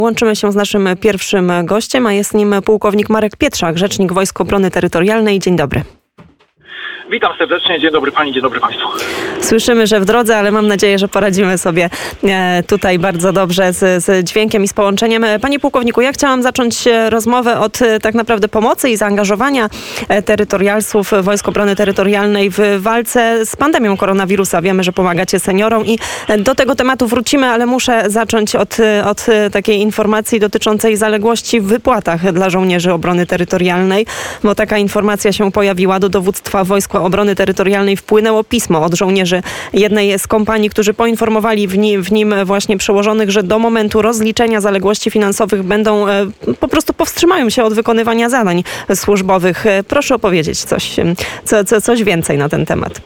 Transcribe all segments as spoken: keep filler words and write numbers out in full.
Łączymy się z naszym pierwszym gościem, a jest nim pułkownik Marek Pietrzak, rzecznik Wojsk Obrony Terytorialnej. Dzień dobry. Witam serdecznie, dzień dobry pani, dzień dobry państwu. Słyszymy, że w drodze, ale mam nadzieję, że poradzimy sobie tutaj bardzo dobrze z, z dźwiękiem i z połączeniem. Panie pułkowniku, ja chciałam zacząć rozmowę od tak naprawdę pomocy i zaangażowania terytorialsów Wojsk Obrony Terytorialnej w walce z pandemią koronawirusa. Wiemy, że pomagacie seniorom i do tego tematu wrócimy, ale muszę zacząć od, od takiej informacji dotyczącej zaległości w wypłatach dla żołnierzy obrony terytorialnej, bo taka informacja się pojawiła. Do dowództwa Wojsk Obrony Terytorialnej wpłynęło pismo od żołnierzy jednej z kompanii, którzy poinformowali w nim, w nim właśnie przełożonych, że do momentu rozliczenia zaległości finansowych będą po prostu powstrzymają się od wykonywania zadań służbowych. Proszę opowiedzieć coś, co, co, coś więcej na ten temat.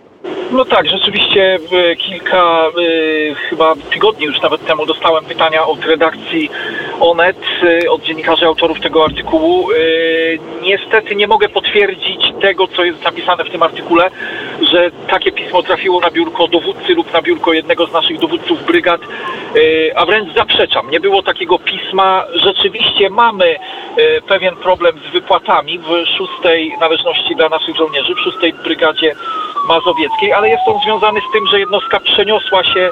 No tak, rzeczywiście kilka y, chyba tygodni już nawet temu dostałem pytania od redakcji Onet, y, od dziennikarzy autorów tego artykułu. Y, niestety nie mogę potwierdzić tego, co jest napisane w tym artykule, że takie pismo trafiło na biurko dowódcy lub na biurko jednego z naszych dowódców brygad, y, a wręcz zaprzeczam. Nie było takiego pisma. Rzeczywiście mamy y, pewien problem z wypłatami w szóstej należności dla naszych żołnierzy, w szóstej brygadzie mazowieckiej, ale jest on związany z tym, że jednostka przeniosła się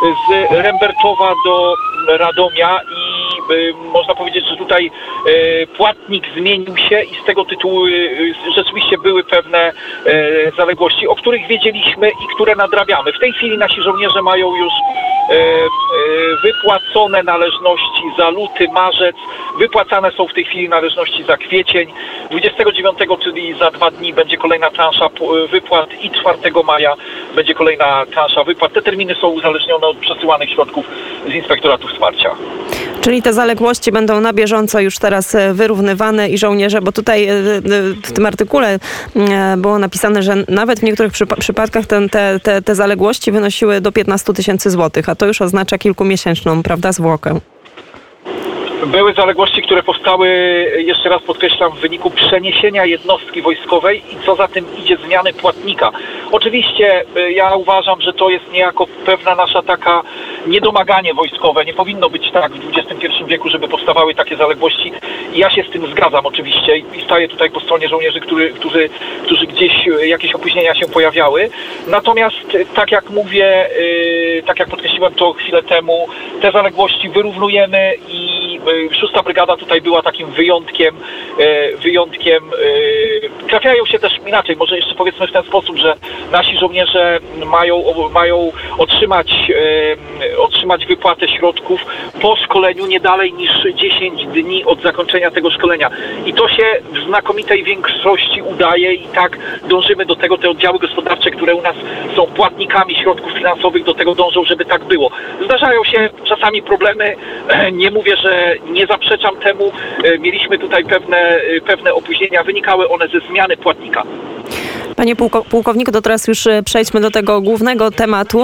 z Rembertowa do Radomia i y, można powiedzieć, że tutaj y, płatnik zmienił się i z tego tytułu y, rzeczywiście były pewne y, zaległości, o których wiedzieliśmy i które nadrabiamy. W tej chwili nasi żołnierze mają już y, y, wypłacone należności za luty, marzec, wypłacane są w tej chwili należności za kwiecień. dwudziestego dziewiątego, czyli za dwa dni, będzie kolejna transza wypłat i czwartego maja będzie kolejna transza wypłat. Te terminy są uzależnione od przesyłanych środków z Inspektoratu Wsparcia. Czyli te zaległości będą na bieżąco już teraz wyrównywane i żołnierze, bo tutaj w tym artykule było napisane, że nawet w niektórych przypadkach ten, te, te, te zaległości wynosiły do piętnastu tysięcy złotych, a to już oznacza kilkumiesięczną, prawda, zwłokę. Były zaległości, które powstały, jeszcze raz podkreślam, w wyniku przeniesienia jednostki wojskowej i co za tym idzie zmiany płatnika. Oczywiście ja uważam, że to jest niejako pewna nasza taka niedomaganie wojskowe. Nie powinno być tak w dwudziestym pierwszym wieku, żeby powstawały takie zaległości. I ja się z tym zgadzam oczywiście i staję tutaj po stronie żołnierzy, który, którzy, którzy gdzieś jakieś opóźnienia się pojawiały. Natomiast tak jak mówię, tak jak podkreśliłem to chwilę temu, te zaległości wyrównujemy i szósta brygada tutaj była takim wyjątkiem, wyjątkiem. Trafiają się też inaczej, może jeszcze powiedzmy w ten sposób, że nasi żołnierze mają, mają otrzymać, otrzymać wypłatę środków po szkoleniu nie dalej niż dziesięć dni od zakończenia tego szkolenia. I to się w znakomitej większości udaje i tak dążymy do tego, te oddziały gospodarcze, które u nas są płatnikami środków finansowych, do tego dążą, żeby tak było. Zdarzają się czasami problemy, nie mówię, że nie zaprzeczam temu. Mieliśmy tutaj pewne, pewne opóźnienia, wynikały one ze zmiany płatnika. Panie pułkowniku, to teraz już przejdźmy do tego głównego tematu.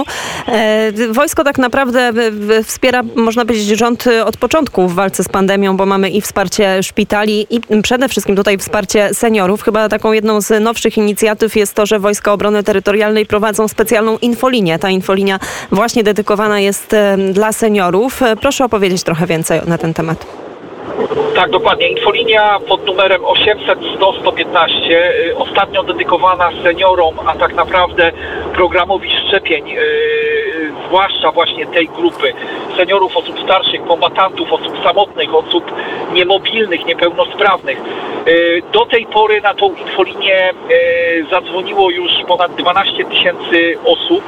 Wojsko tak naprawdę wspiera, można powiedzieć, rząd od początku w walce z pandemią, bo mamy i wsparcie szpitali i przede wszystkim tutaj wsparcie seniorów. Chyba taką jedną z nowszych inicjatyw jest to, że Wojska Obrony Terytorialnej prowadzą specjalną infolinię. Ta infolinia właśnie dedykowana jest dla seniorów. Proszę opowiedzieć trochę więcej na ten temat. Tak, dokładnie. Infolinia pod numerem osiemset sto sto piętnaście, ostatnio dedykowana seniorom, a tak naprawdę programowi szczepień, yy, zwłaszcza właśnie tej grupy seniorów, osób starszych, kombatantów, osób samotnych, osób niemobilnych, niepełnosprawnych. Yy, do tej pory na tą infolinię yy, zadzwoniło już ponad dwanaście tysięcy osób.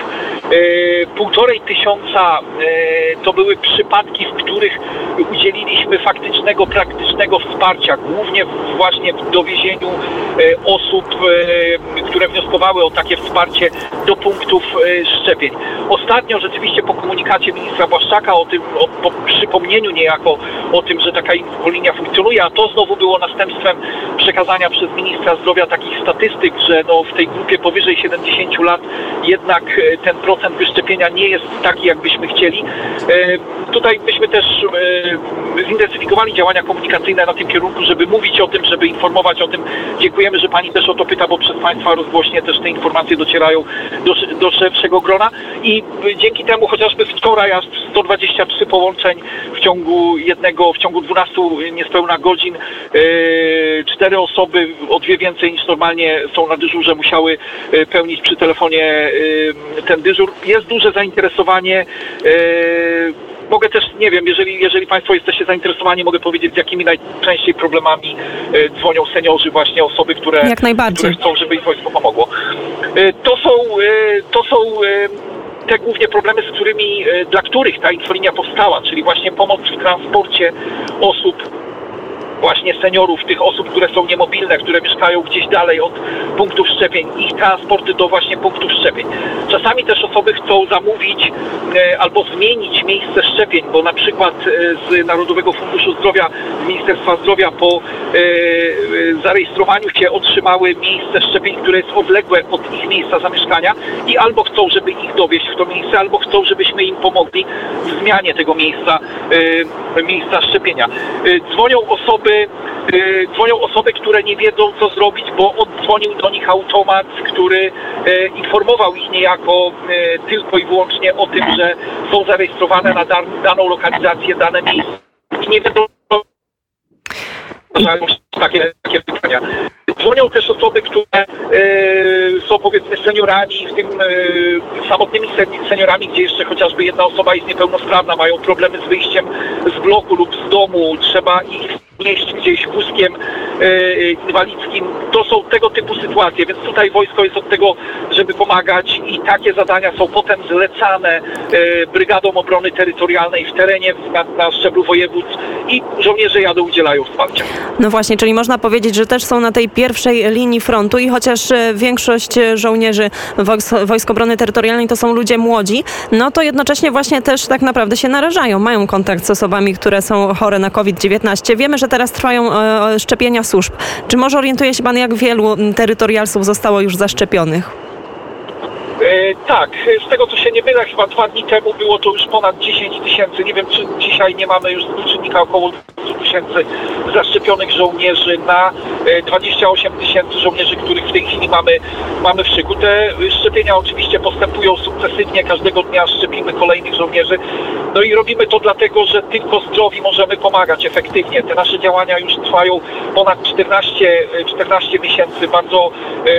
Yy, półtorej tysiąca yy, to były przypadki, w których udzieliliśmy faktycznego, praktycznego wsparcia, głównie właśnie w dowiezieniu yy, osób, yy, które wnioskowały o takie wsparcie do punktów yy, szczepień. Ostatnio rzeczywiście po komunikacie ministra Błaszczaka o tym, o, po przypomnieniu niejako o tym, że taka infolinia funkcjonuje, a to znowu było następstwem przekazania przez ministra zdrowia takich statystyk, że no w tej grupie powyżej siedemdziesięciu lat jednak ten procent wyszczepienia nie jest taki, jakbyśmy chcieli. Tutaj byśmy też zintensyfikowali działania komunikacyjne na tym kierunku, żeby mówić o tym, żeby informować o tym. Dziękujemy, że Pani też o to pyta, bo przez Państwa rozgłośnie też te informacje docierają do, do szerszego grona i dzięki temu chociażby wczoraj aż sto dwadzieścia trzy połączeń w ciągu jednego, w ciągu dwunastu niespełna godzin, cztery osoby, o dwie więcej niż normalnie są na dyżurze, musiały pełnić przy telefonie ten dyżur. Jest duże zainteresowanie. Mogę też, nie wiem, jeżeli, jeżeli Państwo jesteście zainteresowani, mogę powiedzieć, z jakimi najczęściej problemami e, dzwonią seniorzy, właśnie osoby, które, Jak najbardziej. które chcą, żeby ich wojsko pomogło. E, to są, e, to są e, te głównie problemy, z którymi, e, dla których ta infolinia powstała, czyli właśnie pomoc w transporcie osób, właśnie seniorów, tych osób, które są niemobilne, które mieszkają gdzieś dalej od punktów szczepień, ich transporty do właśnie punktów szczepień. Czasami też osoby chcą zamówić e, albo zmienić miejsce szczepień, bo na przykład e, z Narodowego Funduszu Zdrowia, z Ministerstwa Zdrowia po e, e, zarejestrowaniu się otrzymały miejsce szczepień, które jest odległe od ich miejsca zamieszkania i albo chcą, żeby ich dowieźć w to miejsce, albo chcą, żebyśmy im pomogli w zmianie tego miejsca, e, miejsca szczepienia. E, dzwonią osoby Yy, dzwonią osoby, które nie wiedzą, co zrobić, bo oddzwonił do nich automat, który yy, informował ich niejako yy, tylko i wyłącznie o tym, że są zarejestrowane na dan- daną lokalizację, dane miejsce. I nie wiedzą, takie, takie pytania. Dzwonią też osoby, które yy, są powiedzmy seniorami, w tym yy, samotnymi seniorami, gdzie jeszcze chociażby jedna osoba jest niepełnosprawna, mają problemy z wyjściem z bloku lub z domu, trzeba ich nieść gdzieś wózkiem yy, inwalidzkim. To są tego typu sytuacje, więc tutaj wojsko jest od tego, żeby pomagać i takie zadania są potem zlecane yy, Brygadom Obrony Terytorialnej w terenie na, na szczeblu województw i żołnierze jadą, udzielają wsparcia. No właśnie, czyli można powiedzieć, że też są na tej pierwszej linii frontu i chociaż większość żołnierzy Wojsk, Wojsk Obrony Terytorialnej to są ludzie młodzi, no to jednocześnie właśnie też tak naprawdę się narażają, mają kontakt z osobami, które są chore na kowid dziewiętnaście. Wiemy, że teraz trwają e, szczepienia służb. Czy może orientuje się Pan, jak wielu terytorialsów zostało już zaszczepionych? E, tak, z tego co się nie mylę, chyba dwa dni temu było to już ponad dziesięć tysięcy. Nie wiem, czy dzisiaj nie mamy już współczynnika około dwadzieścia tysięcy zaszczepionych żołnierzy na dwadzieścia osiem tysięcy żołnierzy, których w tej chwili mamy, mamy w szyku. Te szczepienia oczywiście postępują sukcesywnie, każdego dnia szczepimy kolejnych żołnierzy. No i robimy to dlatego, że tylko zdrowi możemy pomagać efektywnie. Te nasze działania już trwają ponad czternaście, czternaście miesięcy, bardzo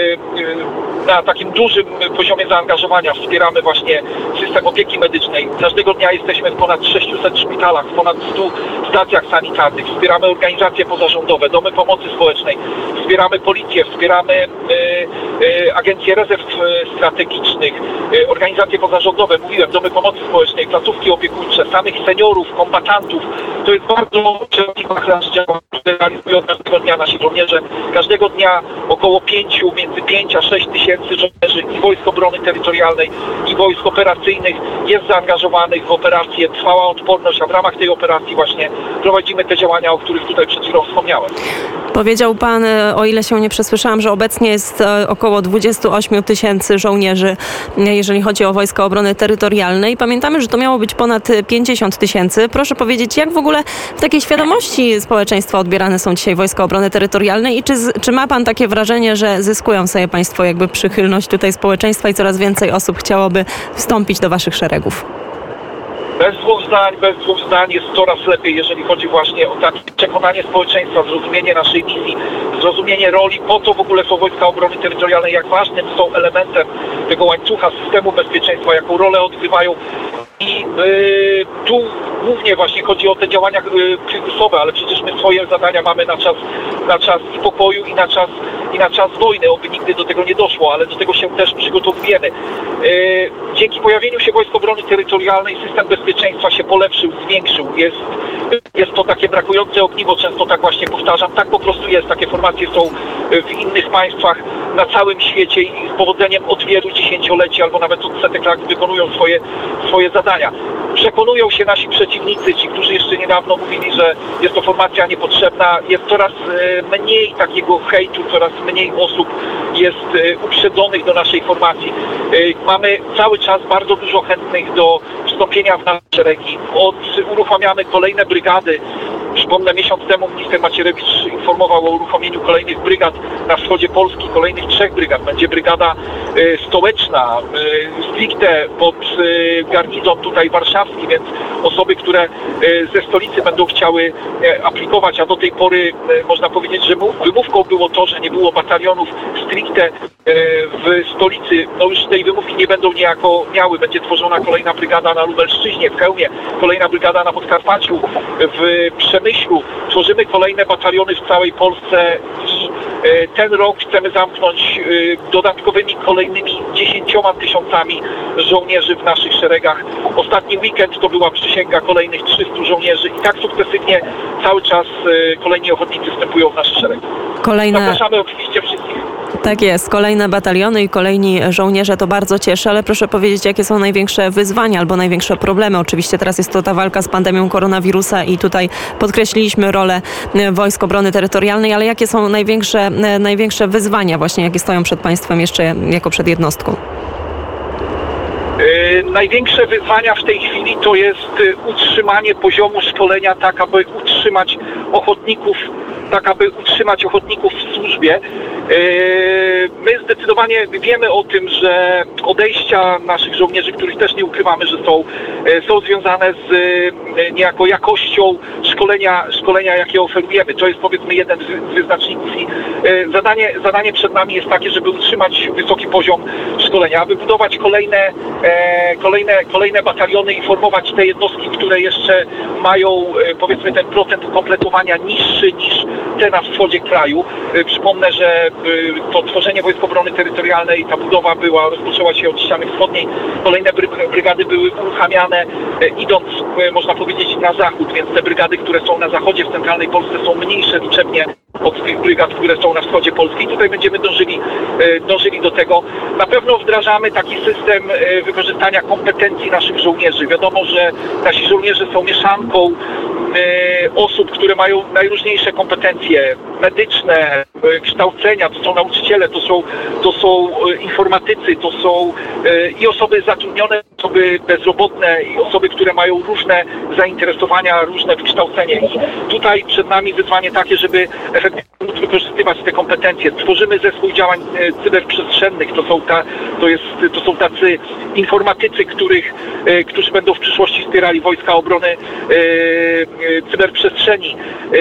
na takim dużym poziomie zaangażowania. Wspieramy właśnie system opieki medycznej. Każdego dnia jesteśmy w ponad sześciuset szpitalach, w ponad stu stacjach sanitarnych. Wspieramy organizacje pozarządowe, domy pomocy społecznej. Wspieramy policję, wspieramy y, y, agencje rezerw strategicznych, y, organizacje pozarządowe, mówiłem, domy pomocy społecznej, placówki opiekuńcze, samych seniorów, kombatantów. To jest bardzo szeroki zakres działań, które realizują każdego dnia nasi żołnierze. Każdego dnia około pięciu, między pięć a sześć tysięcy żołnierzy i Wojsk Obrony Terytorialnej, i wojsk operacyjnych jest zaangażowanych w operację Trwała Odporność, a w ramach tej operacji właśnie prowadzimy te działania, o których tutaj przed chwilą wspomniałem. Powiedział Pan, o ile się nie przesłyszałam, że obecnie jest około dwadzieścia osiem tysięcy żołnierzy, jeżeli chodzi o Wojska Obrony Terytorialnej. Pamiętamy, że to miało być ponad pięćdziesiąt tysięcy. Proszę powiedzieć, jak w ogóle w takiej świadomości społeczeństwa odbierane są dzisiaj Wojska Obrony Terytorialnej i czy, czy ma Pan takie wrażenie, że zyskują sobie Państwo jakby przychylność tutaj społeczeństwa i coraz więcej osób chciałoby wstąpić do Waszych szeregów? Bez dwóch zdań, bez dwóch zdań jest coraz lepiej, jeżeli chodzi właśnie o takie przekonanie społeczeństwa, zrozumienie naszej misji, zrozumienie roli, po co w ogóle są Wojska Obrony Terytorialnej, jak ważnym są elementem tego łańcucha systemu bezpieczeństwa, jaką rolę odgrywają. I yy, tu głównie właśnie chodzi o te działania yy, kryzysowe, ale przecież my swoje zadania mamy na czas, na czas i pokoju, i na czas, i na czas wojny, oby nigdy do tego nie doszło, ale do tego się też przygotowujemy. Yy, dzięki pojawieniu się Wojsk Obrony Terytorialnej system bezpieczeństwa się polepszył, zwiększył. Jest jest to takie brakujące ogniwo, często tak właśnie powtarzam. Tak po prostu jest. Takie formacje są w innych państwach na całym świecie i z powodzeniem od wielu dziesięcioleci albo nawet od setek lat wykonują swoje, swoje zadania. Przekonują się nasi przeciwnicy, ci, którzy jeszcze niedawno mówili, że jest to formacja niepotrzebna. Jest coraz mniej takiego hejtu, coraz mniej osób jest uprzedzonych do naszej formacji. Mamy cały czas bardzo dużo chętnych do wstąpienia w nasze szeregi. Od, uruchamiamy kolejne brygady. Przypomnę, miesiąc temu minister Macierewicz informował o uruchomieniu kolejnych brygad na wschodzie Polski, kolejnych trzech brygad. Będzie brygada y, stołeczna, y, stricte pod y, garnizon tutaj warszawski, więc osoby, które y, ze stolicy będą chciały y, aplikować, a do tej pory y, można powiedzieć, że wymówką było to, że nie było batalionów stricte y, w stolicy. No już tej wymówki nie będą niejako miały. Będzie tworzona kolejna brygada na Lubelszczyźnie, w Chełmie, kolejna brygada na Podkarpaciu, w Przemyślu. Tworzymy kolejne bataliony w całej Polsce i ten rok chcemy zamknąć dodatkowymi kolejnymi dziesięcioma tysiącami żołnierzy w naszych szeregach. Ostatni weekend to była przysięga kolejnych trzystu żołnierzy i tak sukcesywnie cały czas kolejni ochotnicy wstępują w nasze szeregi. Kolejne... Zapraszamy oczywiście wszystkich. Tak jest, kolejne bataliony i kolejni żołnierze, to bardzo cieszy, ale proszę powiedzieć, jakie są największe wyzwania albo największe problemy. Oczywiście teraz jest to ta walka z pandemią koronawirusa i tutaj podkreśliliśmy rolę Wojsk Obrony Terytorialnej, ale jakie są największe, największe wyzwania właśnie, jakie stoją przed państwem jeszcze jako przed jednostką? Yy, największe wyzwania w tej chwili to jest utrzymanie poziomu szkolenia, tak aby utrzymać ochotników, tak aby utrzymać ochotników w służbie. Yy, my zdecydowanie wiemy o tym, że odejścia naszych żołnierzy, których też nie ukrywamy, że są, yy, są związane z yy, niejako jakością szkolenia, szkolenia, jakie oferujemy. To jest powiedzmy jeden z wyznaczników i yy, zadanie, zadanie przed nami jest takie, żeby utrzymać wysoki poziom szkolenia, aby budować kolejne, e, kolejne, kolejne bataliony i formować te jednostki, które jeszcze mają e, powiedzmy ten procent kompletowania niższy niż te na wschodzie kraju. E, przypomnę, że e, to tworzenie Wojsk Obrony Terytorialnej, ta budowa była, rozpoczęła się od ściany wschodniej. Kolejne bry- brygady były uruchamiane e, idąc, e, można powiedzieć, na zachód, więc te brygady, które są na zachodzie, w centralnej Polsce są mniejsze liczebnie od tych brygad, które są na wschodzie Polski. Tutaj będziemy dążyli, dążyli do tego. Na pewno wdrażamy taki system wykorzystania kompetencji naszych żołnierzy. Wiadomo, że nasi żołnierze są mieszanką osób, które mają najróżniejsze kompetencje medyczne, kształcenia, to są nauczyciele, to są, to są informatycy, to są i osoby zatrudnione, osoby bezrobotne i osoby, które mają różne zainteresowania, różne wykształcenie. I tutaj przed nami wyzwanie takie, żeby efektywnie móc wykorzystywać te kompetencje. Tworzymy zespół działań cyberprzestrzennych, to są, ta, to jest, to są tacy informatycy, których, którzy będą w przyszłości wspierali Wojska Obrony Cyberprzestrzeni.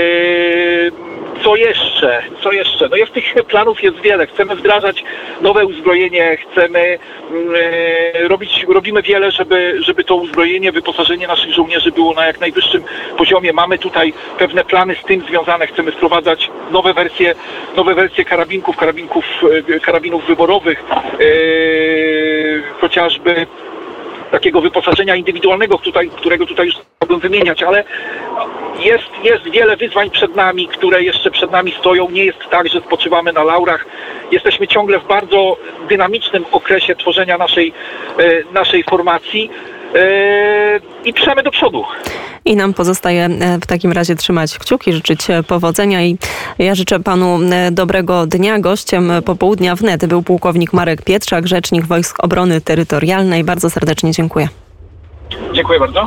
Co jeszcze? Co jeszcze? No jest tych planów jest wiele. Chcemy wdrażać nowe uzbrojenie, chcemy e, robić, robimy wiele, żeby, żeby to uzbrojenie, wyposażenie naszych żołnierzy było na jak najwyższym poziomie. Mamy tutaj pewne plany z tym związane. Chcemy wprowadzać nowe wersje, nowe wersje karabinków, karabinków, karabinów wyborowych, e, chociażby takiego wyposażenia indywidualnego, tutaj, którego tutaj już mogłem wymieniać, ale jest, jest wiele wyzwań przed nami, które jeszcze przed nami stoją. Nie jest tak, że spoczywamy na laurach. Jesteśmy ciągle w bardzo dynamicznym okresie tworzenia naszej, naszej formacji i przemy do przodu. I nam pozostaje w takim razie trzymać kciuki, życzyć powodzenia i ja życzę panu dobrego dnia. Gościem popołudnia wnet był pułkownik Marek Pietrzak, rzecznik Wojsk Obrony Terytorialnej. Bardzo serdecznie dziękuję. Dziękuję bardzo.